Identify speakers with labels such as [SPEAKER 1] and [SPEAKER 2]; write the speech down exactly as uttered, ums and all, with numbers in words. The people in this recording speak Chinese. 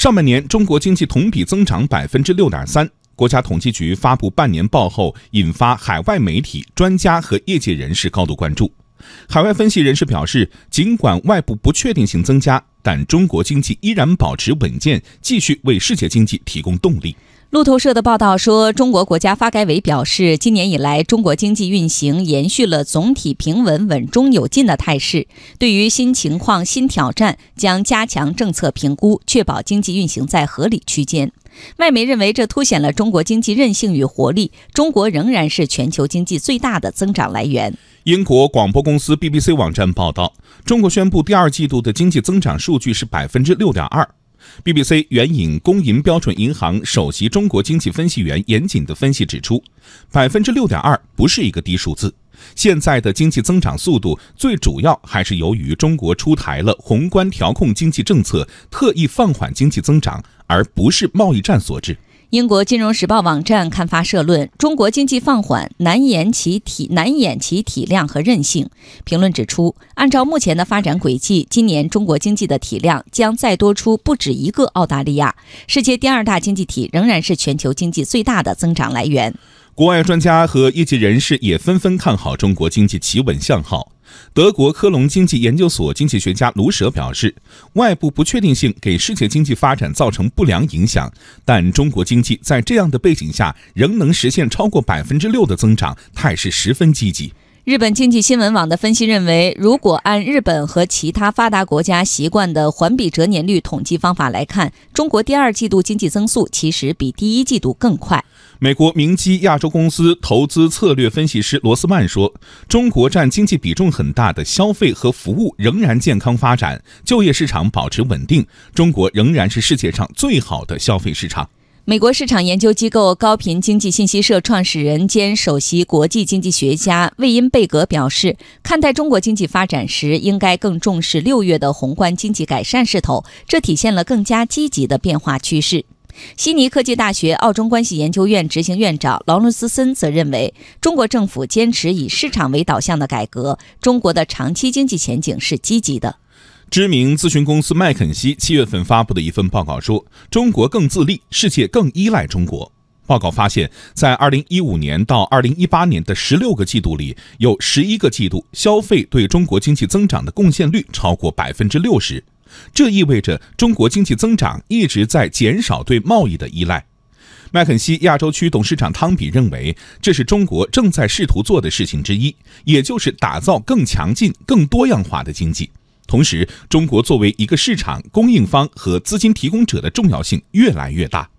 [SPEAKER 1] 上半年中国经济同比增长 百分之六点三， 国家统计局发布半年报后，引发海外媒体、专家和业界人士高度关注。海外分析人士表示，尽管外部不确定性增加，但中国经济依然保持稳健，继续为世界经济提供动力。
[SPEAKER 2] 路透社的报道说，中国国家发改委表示，今年以来中国经济运行延续了总体平稳、稳中有进的态势，对于新情况、新挑战将加强政策评估，确保经济运行在合理区间。外媒认为，这凸显了中国经济韧性与活力，中国仍然是全球经济最大的增长来源。
[SPEAKER 1] 英国广播公司 B B C 网站报道，中国宣布第二季度的经济增长数据是 百分之六点二。B B C 援引工银标准银行首席中国经济分析员严谨的分析指出， 百分之六点二 不是一个低数字。现在的经济增长速度最主要还是由于中国出台了宏观调控经济政策，特意放缓经济增长，而不是贸易战所致。
[SPEAKER 2] 英国金融时报网站刊发社论，中国经济放缓难掩其体难掩其体量和韧性。评论指出，按照目前的发展轨迹，今年中国经济的体量将再多出不止一个澳大利亚，世界第二大经济体仍然是全球经济最大的增长来源。
[SPEAKER 1] 国外专家和业界人士也纷纷看好中国经济企稳向好。德国科隆经济研究所经济学家卢舍表示，外部不确定性给世界经济发展造成不良影响，但中国经济在这样的背景下仍能实现超过 百分之六 的增长，态势十分积极。
[SPEAKER 2] 日本经济新闻网的分析认为，如果按日本和其他发达国家习惯的环比折年率统计方法来看，中国第二季度经济增速其实比第一季度更快。
[SPEAKER 1] 美国明基亚洲公司投资策略分析师罗斯曼说，中国占经济比重很大的消费和服务仍然健康发展，就业市场保持稳定，中国仍然是世界上最好的消费市场。
[SPEAKER 2] 美国市场研究机构高频经济信息社创始人兼首席国际经济学家魏因贝格表示，看待中国经济发展时，应该更重视六月的宏观经济改善势头，这体现了更加积极的变化趋势。悉尼科技大学澳中关系研究院执行院长劳伦斯森则认为，中国政府坚持以市场为导向的改革，中国的长期经济前景是积极的。
[SPEAKER 1] 知名咨询公司麦肯锡七月份发布的一份报告说，中国更自立，世界更依赖中国。报告发现，在二零一五年到二零一八年的十六个季度里，有十一个季度消费对中国经济增长的贡献率超过 百分之六十。这意味着中国经济增长一直在减少对贸易的依赖。麦肯锡亚洲区董事长汤比认为，这是中国正在试图做的事情之一，也就是打造更强劲、更多样化的经济。同时，中国作为一个市场、供应方和资金提供者的重要性越来越大。